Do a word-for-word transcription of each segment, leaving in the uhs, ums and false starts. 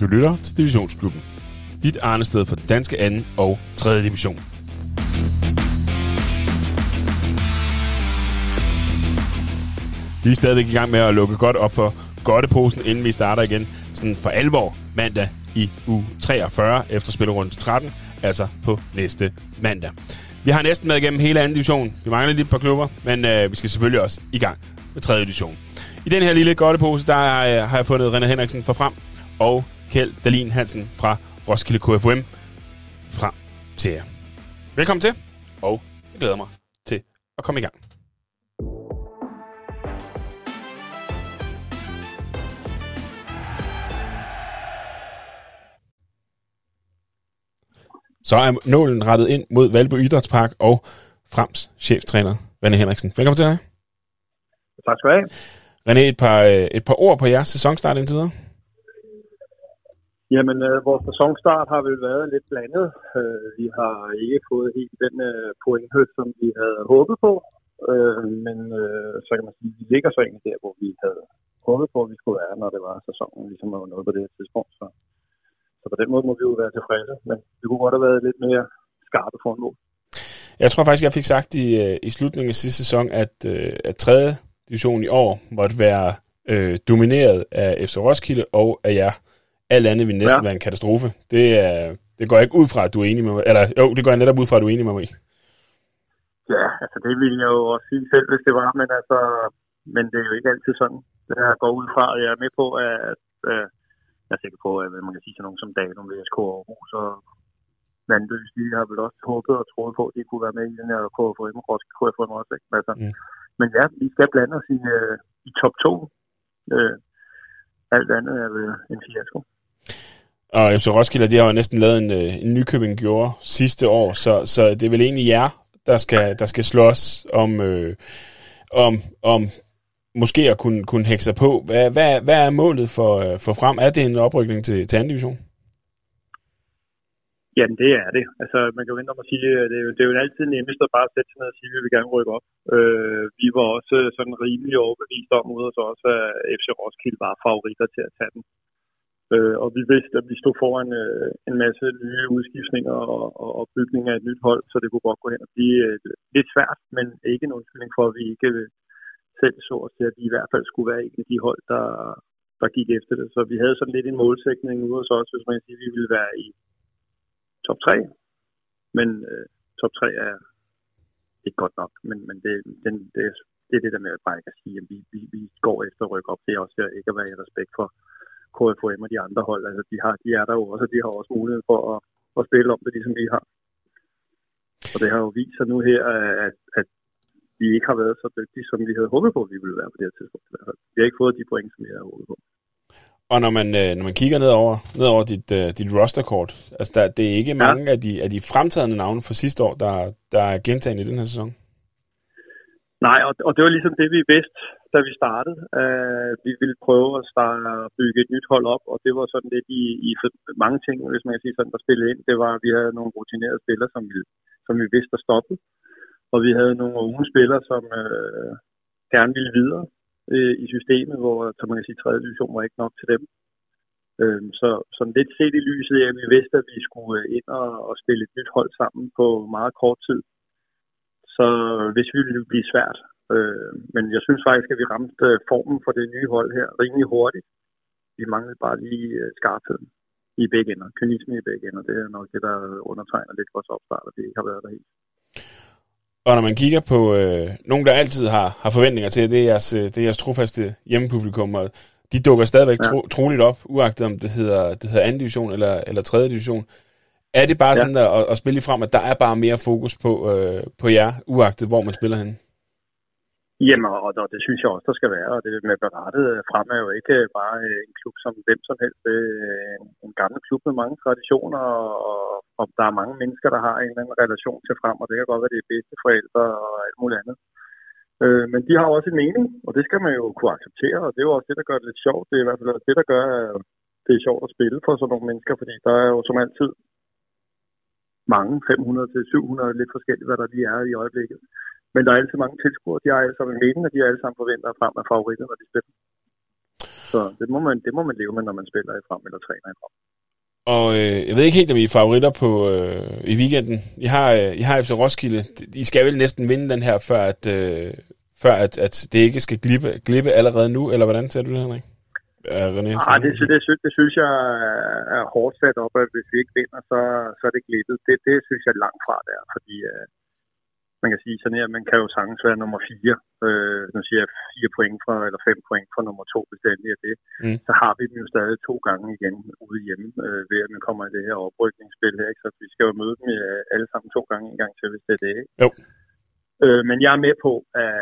Du lytter til Divisionsklubben. Dit arnested for danske anden og tredje division. Vi er stadigvæk i gang med at lukke godt op for godteposen, inden vi starter igen sådan for alvor mandag i uge treogfyrre efter spillerunde tretten, altså på næste mandag. Vi har næsten været igennem hele anden division. Vi mangler lige et par klubber, men øh, vi skal selvfølgelig også i gang med tredje division. I den her lille godtepose, der øh, har jeg fundet René Henriksen fra Frem og Kjeld Dahlin Hansen fra Roskilde K F U M frem til jer. Velkommen til, og jeg glæder mig til at komme i gang. Så er nålen rettet ind mod Valby Idrætspark og Frems cheftræner René Henriksen. Velkommen til dig. Tak skal du have. René, et par, et par ord på jeres sæsonstart indtil videre. Jamen, øh, vores sæsonstart har vel været lidt blandet. Øh, vi har ikke fået helt den øh, pointhøst, som vi havde håbet på. Øh, men øh, så kan man sige, at vi ligger så egentlig der, hvor vi havde håbet på, at vi skulle være, når det var sæsonen, ligesom var noget på det her tidspunkt. Så, så på den måde må vi jo være tilfredse, men det kunne godt have været lidt mere skarpe for en mål. Jeg tror faktisk, jeg fik sagt i, i slutningen af sidste sæson, at, at tredje division i år måtte være øh, domineret af F C Roskilde og af jer. Alt andet vil næsten ja. være en katastrofe. Det, er, det går ikke ud fra, at du er enig med mig. Eller jo, det går jeg netop ud fra, at du er enig med mig. Ja, altså det ville jeg jo også sige selv, hvis det var. Men, altså, men det er jo ikke altid sådan. Det her går ud fra, at jeg er med på, at øh, jeg er sikker på, at man kan sige sådan nogen som Dalum, V S K og Aarhus og Vandløs, de har vel også håbet og troet på, at de kunne være med i den her K F U M og Roskilde K F U M også. Altså, mm. Men ja, vi skal blande os i, øh, i top to. Øh, alt andet er vel en fiasko. Og F C Roskilde, de har jo næsten lavet en, en Nykøbing gjorde sidste år, så, så det er vel egentlig jer, der skal, der skal slås om, øh, om, om måske at kunne, kunne hække sig på. Hvad, hvad, hvad er målet for, for Frem? Er det en oprykning til, til anden division? Jamen det er det. Altså man kan jo vente om at sige, at det er jo, det er jo altid nemmest at bare sætte sig ned og sige, at vi vil gerne rykke op. Øh, vi var også sådan rimelig overbevist om ude hos os, at F C Roskilde var favoritter til at tage den. Øh, og vi vidste, at vi stod foran øh, en masse nye udskiftninger og, og opbygning af et nyt hold, så det kunne godt gå hen og blive øh, lidt svært, men ikke en undskyldning for, at vi ikke selv så os til, at vi i hvert fald skulle være en af de hold, der, der gik efter det. Så vi havde sådan lidt en målsætning ude hos os, hvis man kan sige, at vi ville være i top tre, men øh, top tre er ikke godt nok, men, men det, den, det, det er det der med at bare ikke at sige, at vi, vi, vi går efter at rykke op. Det er også der, ikke at være i respekt for K F U M og de andre hold. Altså, de, har, de er der jo også, og de har også mulighed for at, at spille om det, ligesom vi har. Og det har jo vist sig nu her, at, at vi ikke har været så dygtige, som vi havde håbet på, at vi ville være på det her tidspunkt. Vi har ikke fået de point, som vi havde håbet på. Og når man, når man kigger ned over, ned over dit, uh, dit rosterkort, altså der, det er ikke mange ja. af, de, af de fremtrædende navne fra sidste år, der, der er gentaget i den her sæson? Nej, og, og det var ligesom det, vi vidste, da vi startede. Uh, vi ville prøve at starte at bygge et nyt hold op, og det var sådan lidt i, i mange ting, hvis man kan sige sådan, der spillede ind. Det var, at vi havde nogle rutinerede spillere, som vi, som vi vidste, der stoppede. Og vi havde nogle unge spillere, som uh, gerne ville videre i systemet, hvor så man kan sige, tredje division var ikke nok til dem. Øhm, så sådan lidt set i lyset af, at vi vidste, at vi skulle ind og, og spille et nyt hold sammen på meget kort tid. Så hvis vi ville blive svært. Øh, men jeg synes faktisk, at vi ramte formen for det nye hold her rimelig hurtigt. Vi manglede bare lige skarpheden i begge ender. Kynisme i begge ender. Det er nok det, der undertegner lidt vores opstart, og det ikke har været der helt. Og når man kigger på øh, nogen, der altid har, har forventninger til, det er jeres, det er jeres trofaste hjemmepublikum, og de dukker stadigvæk ja. tro, troligt op, uagtet om det hedder, det hedder anden division eller, eller tredje division. Er det bare ja. sådan der, at, at spille frem, at der er bare mere fokus på, øh, på jer, uagtet hvor man spiller henne? Jamen, og, og det synes jeg også, der skal være. Og det med berettet Frem er jo ikke bare en klub som hvem som helst. Det er en, en gammel klub med mange traditioner, og, og der er mange mennesker, der har en eller anden relation til Frem, og det kan godt være, det er bedste forældre og alt muligt andet. Øh, men de har også en mening, og det skal man jo kunne acceptere, og det er jo også det, der gør det lidt sjovt. Det er i hvert fald det, der gør, at det er sjovt at spille for sådan nogle mennesker, fordi der er jo som altid mange, fem hundrede til syv hundrede, lidt forskelligt, hvad der lige er i øjeblikket. Men der er altid mange tilskuere, de har alle sammen en mening, og de har alle sammen forventer Frem af favoritter, når de spiller. Så det må man, det må man leve med, når man spiller i frem eller træner i frem. Og øh, jeg ved ikke helt, om I er favoritter på, øh, i weekenden. I har, øh, I har F C Roskilde. I skal vel næsten vinde den her, før at, øh, før at, at det ikke skal glippe, glippe allerede nu, eller hvordan ser du det, Henrik? Ja, René, ah, det, det, det, det synes jeg er hårdt sat op, at hvis vi ikke vinder, så, så er det glippet. Det, det synes jeg er langt fra der, fordi øh, man kan sige sådan her, man kan jo sagtens være nummer fire. Øh, nu siger jeg fire point fra, eller fem point fra nummer to, hvis det endelig er det. Mm. Så har vi dem jo stadig to gange igen ude hjemme, øh, ved at man kommer i det her oprykningsspil her. Ikke? Så vi skal jo møde dem alle sammen to gange en gang til, hvis det er det. Ikke? Jo. Øh, men jeg er med på, at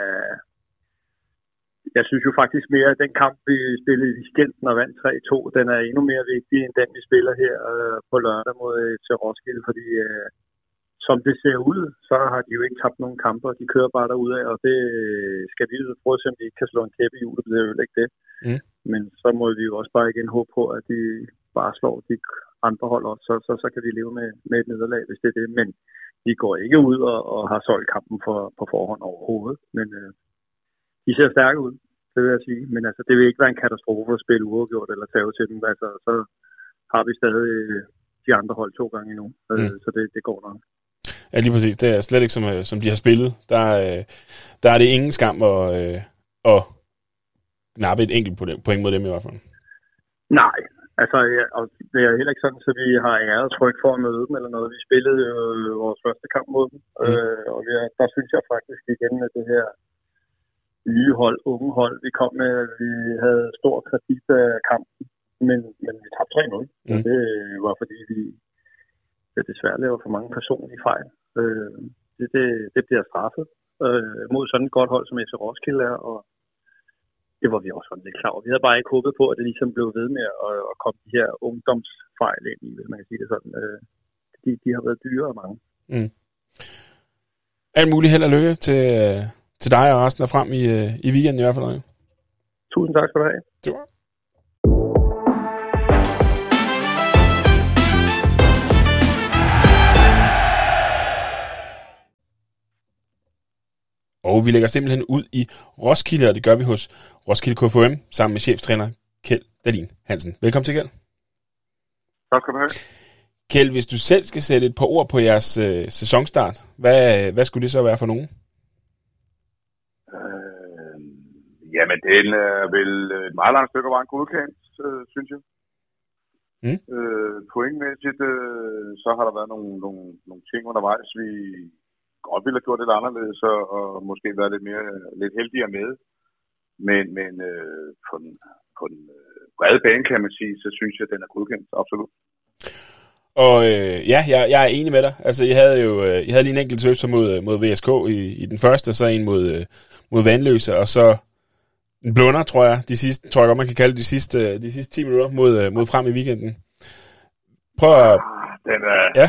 jeg synes jo faktisk mere, at den kamp, vi spillede i weekenden og vandt tre to, den er endnu mere vigtig, end den, vi spiller her øh, på lørdag mod til Roskilde, fordi øh, som det ser ud, så har de jo ikke tabt nogen kamper, de kører bare derudad, og det skal vi jo prøve at se, om de ikke kan slå en kæppe i hjulet, det er jo ikke det. Mm. Men så må vi jo også bare igen håbe på, at de bare slår de andre hold også, så, så, så kan vi leve med, med et nederlag, hvis det er det. Men de går ikke ud og, og har solgt kampen for, på forhånd overhovedet, men øh, de ser stærke ud, det vil jeg sige. Men altså, det vil ikke være en katastrofe at spille uafgjort eller tage til dem. Altså, så har vi stadig de andre hold to gange endnu. Mm. Så det, det går nok. Ja, lige præcis. Det er slet ikke som, som de har spillet. Der, der er det ingen skam at, at nappe et enkelt point mod dem i hvert fald. Nej. Altså, ja, og det er heller ikke sådan, at vi har æret og tryk for at møde dem eller noget. Vi spillede jo vores første kamp mod dem. Mm. Øh, og vi, der synes jeg faktisk igen med det her nye hold, unge hold, vi kom med, vi havde stor kritik af kampen, men, men vi tabte tre nul. Mm. Det var fordi, vi det desværre laver for mange personlige fejl. Øh, det, det, det bliver straffet øh, mod sådan et godt hold, som F C Roskilde er, og det var vi også sådan lidt klar over. Vi havde bare ikke håbet på, at det ligesom blev ved med at, at komme de her ungdomsfejl ind i, hvis man kan sige det sådan. Øh, de, de har været dyre og mange. Mm. Alt muligt held og lykke til, til dig og resten af frem i, i weekenden i hvert fald. Tusind tak skal du have. Det var. Og vi lægger simpelthen ud i Roskilde, og det gør vi hos Roskilde K F U M, sammen med cheftræner Kjeld Dahlin Hansen. Velkommen til, Kjeld. Tak skal du have. Kjeld, hvis du selv skal sætte et par ord på jeres øh, sæsonstart, hvad, hvad skulle det så være for nogen? Øh, jamen, den er vel et meget langt stykke vejen godkendt, øh, synes jeg. Mm. Øh, pointmæssigt, øh, så har der været nogle, nogle, nogle ting undervejs, vi godt ville have gjort lidt anderledes, og, og måske været lidt mere lidt heldigere med. Men, men øh, på den, på den øh, brede bane, kan man sige, så synes jeg, at den er godkendt, absolut. Og øh, ja, jeg, jeg er enig med dig. Altså, jeg havde jo øh, jeg havde lige en enkelt tøfter mod, mod V S K i, i den første, og så en mod, øh, mod Vandløse, og så en blunder, tror jeg, de sidste, tror jeg godt, man kan kalde de sidste, de sidste ti minutter mod, øh, mod frem i weekenden. Prøv at... Ah, den er... Ja.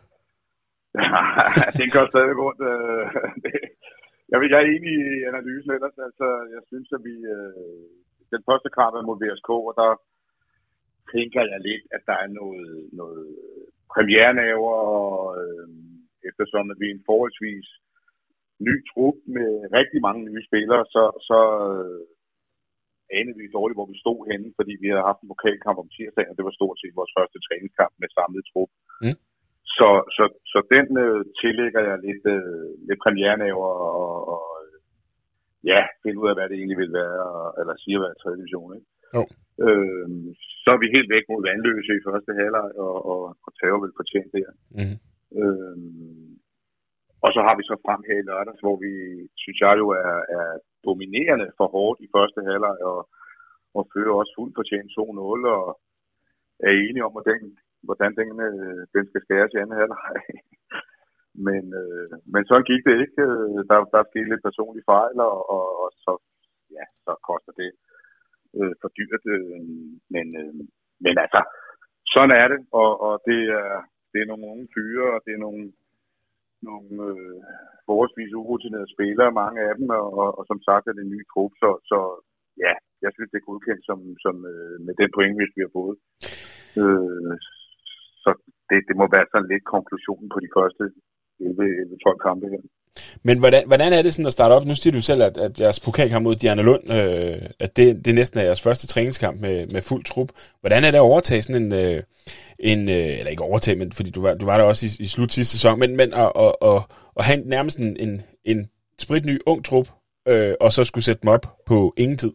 det går stadig rundt. Øh, jeg, vil, jeg er enig i analysen ellers. Altså, jeg synes, at vi... Øh, den første kamp er mod V S K, og der tænker jeg lidt, at der er noget, noget premiernaver, og øh, eftersom at vi er en forholdsvis ny trup med rigtig mange nye spillere, så, så øh, anede vi dårligt, hvor vi stod henne, fordi vi havde haft en pokalkamp om tirsdagen, og det var stort set vores første træningskamp med samlet trup. Mm. Så, så, så den øh, tillægger jeg lidt, øh, lidt premiernaver og, og ja, finde ud af, hvad det egentlig vil være, eller siger at være tredje division, ikke? Oh. Øh, så er vi helt væk mod Vandløse i første halvleg, og, og, og tager vel fortjent der. Mm. Øh, og så har vi så frem her i lørdags, hvor vi, synes jeg jo, er, er dominerende for hårdt i første halvleg, og, og fører også fuldt fortjent to nul, og er enige om, hvordan, hvordan den, den skal skæres i anden halvleg. Men, øh, men så gik det ikke. Der, der skete lidt personlige fejl, og, og, og så, ja, så koster det øh, for dyrt. Øh, men, øh, men altså, sådan er det, og, og det, er, det er nogle unge fyre, og det er nogle, nogle øh, forholdsvis urutinerede spillere, mange af dem, og, og, og som sagt er det en ny trup, så, så ja, jeg synes, det er godkendt som, som, øh, med den pointliste, vi har fået. Øh, så det, det må være sådan lidt konklusionen på de første elleve tolv kampe her. Men hvordan, hvordan er det sådan at starte op? Nu siger du selv, at, at jeres pokalkamp mod Diana Lund, øh, at det, det næsten er jeres første træningskamp med, med fuld trup. Hvordan er det at overtage sådan en, øh, en øh, eller ikke overtage, men fordi du var, du var der også i, i slut sidste sæson, men, men at, at, at, at have nærmest en, en, en spritny ung trup, øh, og så skulle sætte dem op på ingen tid?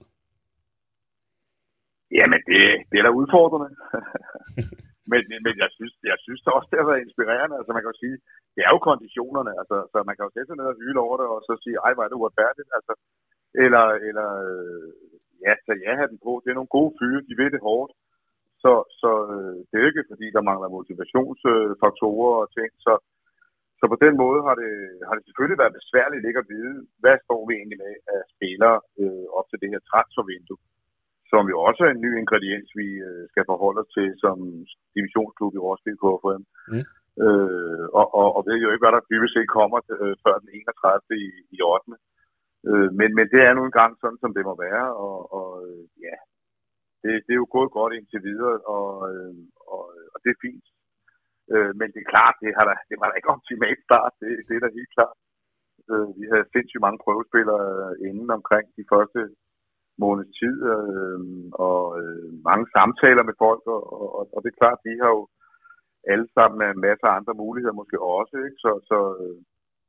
Jamen, det, det er da udfordrende. men, men jeg synes, jeg synes det også, det har været inspirerende. Altså, man kan jo sige, det er jo konditionerne. Altså, så man kan jo sætte sig ned og hyle over det, og så sige, ej, hvor er det uretfærdigt. Altså, eller, eller ja, så ja, have den på. Det er nogle gode fyre, de ved det hårdt. Så, så det er ikke, fordi der mangler motivationsfaktorer og ting. Så, så på den måde har det, har det selvfølgelig været besværligt ikke at vide, hvad står vi egentlig med af spillere øh, op til det her transfervindue, som jo også er en ny ingrediens, vi øh, skal forholde os til som divisionsklub i Roskilde K F U M. Mm. Øh, og, og, og ved jo ikke, hvad der dybest set kommer øh, før den enogtredivte i, i ottende Øh, men, men det er nu engang sådan, som det må være, og, og øh, ja, det, det er jo gået godt indtil videre, og, øh, og, og det er fint. Øh, men det er klart, det, har der, det var da ikke optimalt start, det, det er da helt klart. Øh, vi havde sindssygt mange prøvespillere inden omkring de første måneds tid, øh, og øh, mange samtaler med folk, og, og, og det er klart, de har jo alle sammen en masse andre muligheder måske også, ikke? Så, så øh,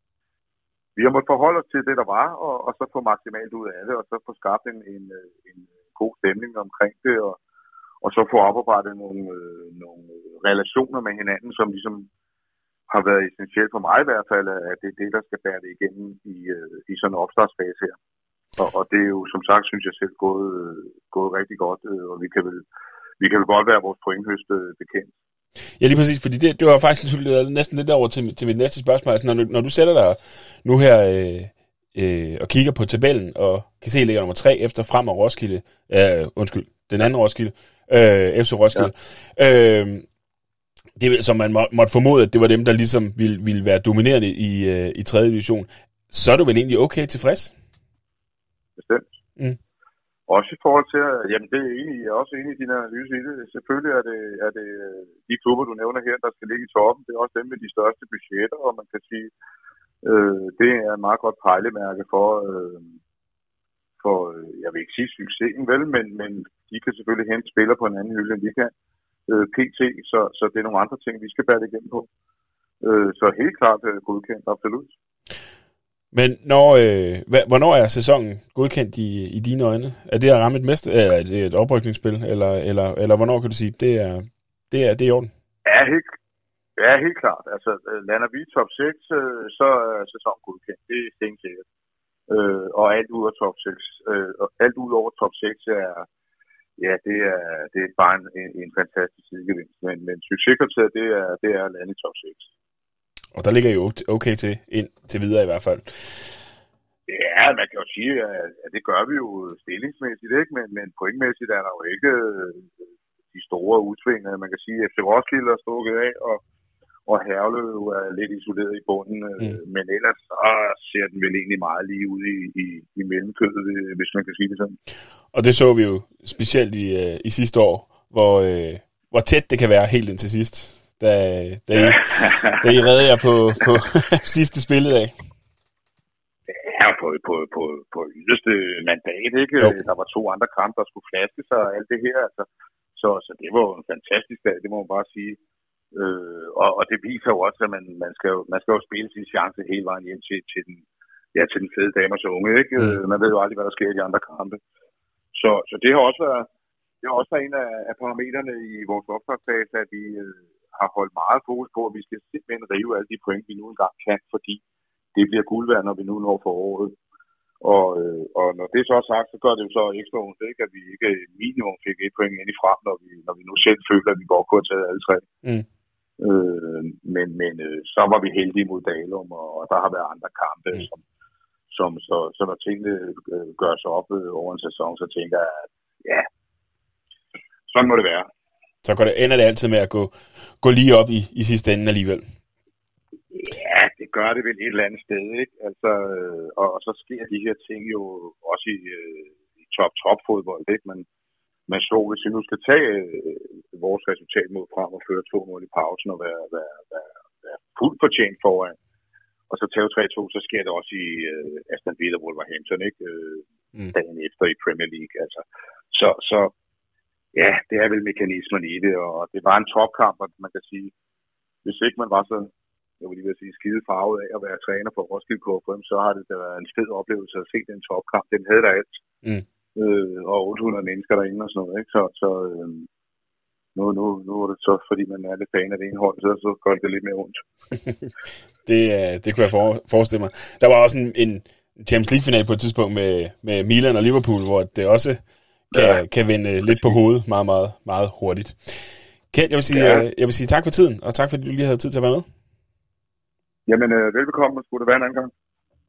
vi har måttet forholde os til det, der var, og, og så få maksimalt ud af det, og så få skabt en, en, en god stemning omkring det, og, og så få oparbejdet nogle, øh, nogle relationer med hinanden, som ligesom har været essentielt for mig i hvert fald, at det er det, der skal bære det igennem i, øh, i sådan en opstartsfase her. Og, og det er jo, som sagt, synes jeg selv, gået, gået rigtig godt, og vi kan vel, vi kan vel godt være vores pointhøst bekendt. Ja, lige præcis, fordi det, det var faktisk næsten lidt over til, til mit næste spørgsmål. Altså, når, du, når du sætter dig nu her øh, øh, og kigger på tabellen, og kan se, at ligger nummer tre efter frem og Roskilde, øh, undskyld, den anden Roskilde, øh, F C Roskilde, ja. øh, det, som man må, måtte formode, at det var dem, der ligesom ville, ville være dominerende i, øh, i tredje division, så er du vel egentlig okay tilfreds? Bestemt. Mm. Også i forhold til, jamen det er enig, jeg er også enig i din analyse i det. Selvfølgelig er det, er det de klubber, du nævner her, der skal ligge i toppen. Det er også dem med de største budgetter, og man kan sige, øh, det er et meget godt pejlemærke for, øh, for, jeg vil ikke sige succesen vel, men, men de kan selvfølgelig hente spillere på en anden hylde, end vi kan. Øh, P T, så, så det er nogle andre ting, vi skal bære det igennem på. Øh, så helt klart øh, godkendt, absolut. Men når, øh, hvornår er sæsonen godkendt i, i dine øjne? Er det at ramme et mester, eller er det et oprykningsspil, eller, eller, eller hvornår kan du sige, det er, det er, det er i orden? Ja, helt, ja, helt klart. Altså, lander vi top seks, øh, så er sæsonen godkendt. Det er stensikkert. Øh, og alt ud over top seks, øh, alt ud over top seks er, ja, det er, det er bare en, en fantastisk sidegevinst. Men, men succeskriteriet, det er, det er at lande i top seks. Og der ligger jo okay til ind til videre i hvert fald. Ja, man kan jo sige, at det gør vi jo stillingsmæssigt, ikke? Men, men pointmæssigt er der jo ikke de store udsving. Man kan sige, at F C Roskilde er stukket af, og, og Herlev er lidt isoleret i bunden. Mm. Men ellers så ser den vel egentlig meget lige ud i, i, i mellemkødet, hvis man kan sige det sådan. Og det så vi jo specielt i, i sidste år, hvor, hvor tæt det kan være helt indtil sidst. Da, da, I, da I redde jer på, på sidste spilledag. Ja, på, på, på, på yderste mandat, ikke? Jo. Der var to andre kampe, der skulle flaske sig og alt det her. Altså. Så, så det var jo en fantastisk dag, det må man bare sige. Øh, og, og det viser jo også, at man, man, skal, jo, man skal jo spille sin chance hele vejen hjem til, til, den, ja, til den fede damers unge. Ikke? Mm. Man ved jo aldrig, hvad der sker i de andre kampe. Så, så det har også været, det har også været en af, af parametrene i vores opstartsfase, at vi øh, har holdt meget fokus på, at vi skal simpelthen rive alle de point, vi nu engang kan, fordi det bliver guld værd, når vi nu når for året. Og, øh, og når det så er sagt, så gør det jo så ekstra ondt, ikke? At vi ikke minimum fik et point ind i frem, når vi, når vi nu selv føler, at vi godt kunne have taget alle tre. Mm. Øh, men men øh, så var vi heldige mod Dalum, og, og der har været andre kampe, mm. som, som så, så når tingene øh, gør sig op øh, over en sæson, så tænker jeg, at ja, sådan må det være. Så går det, ender det altid med at gå, gå lige op i, i sidste ende alligevel. Ja, det gør det vel et eller andet sted, ikke? Altså, øh, og, og så sker de her ting jo også i, øh, i top-top-fodbold, ikke? Man, man så, hvis vi nu skal tage øh, vores resultat mod frem og føre to mål i pausen og være, være, være, være fuldt fortjent foran, og så tager tre to, så sker det også i øh, Aston Villa Wolverhampton, ikke? Øh, mm. Dagen efter i Premier League, altså. Så, så ja, det er vel mekanismen i det, og det var en topkamp, og man kan sige, hvis ikke man var så, jeg vil lige sige, skide farvet af at være træner for Roskilde K F M, så har det da været en fed oplevelse at se den topkamp. Den havde der alt. Mm. Øh, og otte hundrede mennesker derinde og sådan noget, ikke? Så, så øh, nu, nu, nu er det så, fordi man er lidt fan af det ene hold, så, så gør det lidt mere ondt. det, det kunne jeg for, forestille mig. Der var også en, en Champions League-final på et tidspunkt med, med Milan og Liverpool, hvor det også kan, ja. kan vende lidt på hovedet meget, meget, meget hurtigt. Kent, jeg vil, sige, ja. jeg vil sige tak for tiden, og tak fordi du lige havde tid til at være med. Jamen, øh, velbekomme. Skulle det være en anden gang?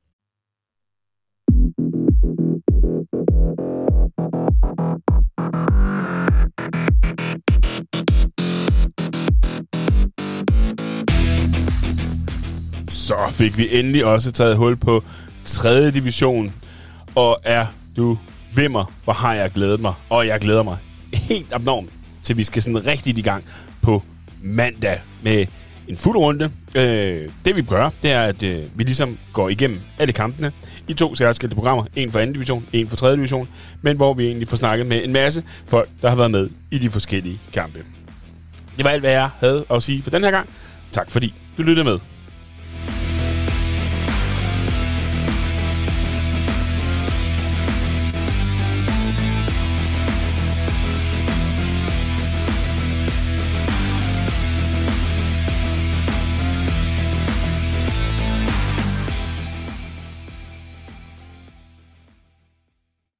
Så fik vi endelig også taget hul på tredje division. Og er du vimmer, hvor har jeg glædet mig. Og jeg glæder mig helt abnormt, til vi skal sådan rigtig i gang på mandag med en fuld runde. Øh, det vi gør, det er, at øh, vi ligesom går igennem alle kampene i to særskilte programmer. En for anden division, en for tredje division. Men hvor vi egentlig får snakket med en masse folk, der har været med i de forskellige kampe. Det var alt, hvad jeg havde at sige for den her gang. Tak fordi du lyttede med.